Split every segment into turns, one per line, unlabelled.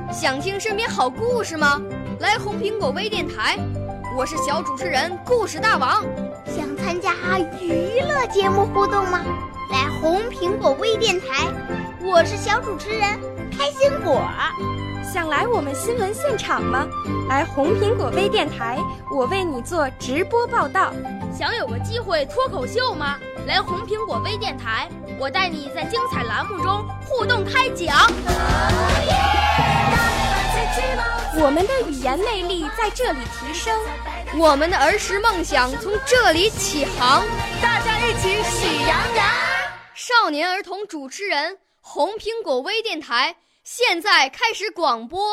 想听身边好故事吗？来红苹果微电台，我是小主持人故事大王。
想参加娱乐节目互动吗？来红苹果微电台，我是小主持人开心果。
想来我们新闻现场吗？来红苹果微电台，我为你做直播报道。
想有个机会脱口秀吗？来红苹果微电台，我带你在精彩栏目中互动开讲。
我们的语言魅力在这里提升，
我们的儿时梦想从这里起航，
大家一起喜羊羊。
少年儿童主持人，红苹果微电台现在开始广播。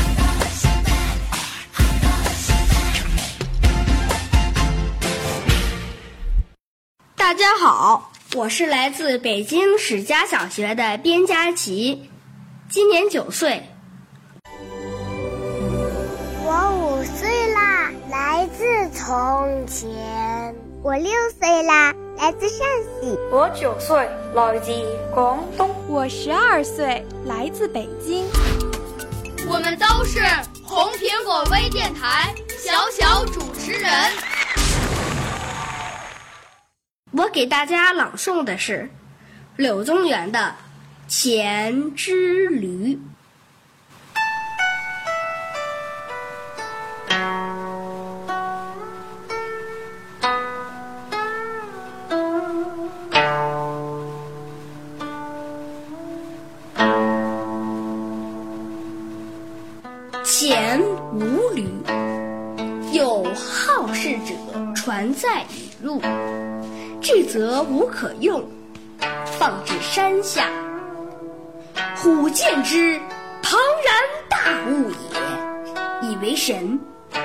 大家好，我是来自北京史家小学的边佳琪，今年9岁。
我5岁啦，来自从前。我6岁啦，来自陕西。
我9岁，来自廣東。
我12歲，來自北京。
我們都是紅蘋果微電台小主持人。
我給大家朗誦的是柳宗元的《錢之驢》。钱无驢，有好事者传载已入，至则无可用，放至山下。虎见之，庞然大物也，以为神。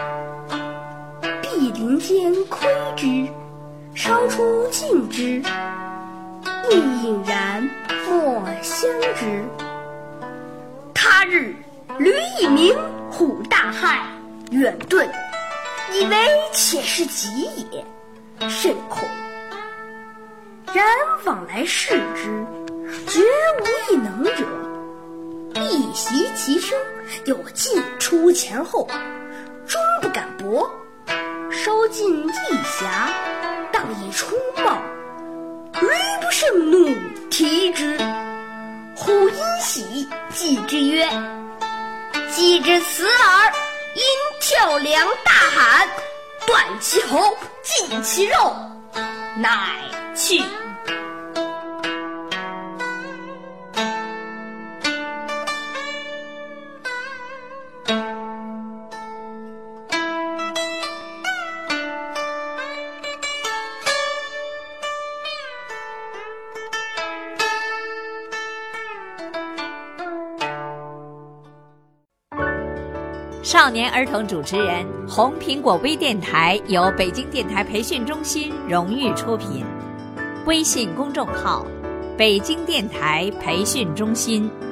毗邻间窥之，稍出近之，亦隐然莫相知。他日驢一鸣，虎大骇，远遁，以为且是吉也，甚恐。然往来视之，绝无一能者。一袭其声，有进出前后，终不敢搏。稍近一暇，当以冲冒。驢不胜怒，蹄之。虎因喜，祭之曰：既至此耳，因跳梁大喊，断其喉，尽其肉，乃去。
少年儿童主持人，红苹果微电台由北京电台培训中心荣誉出品，微信公众号：北京电台培训中心。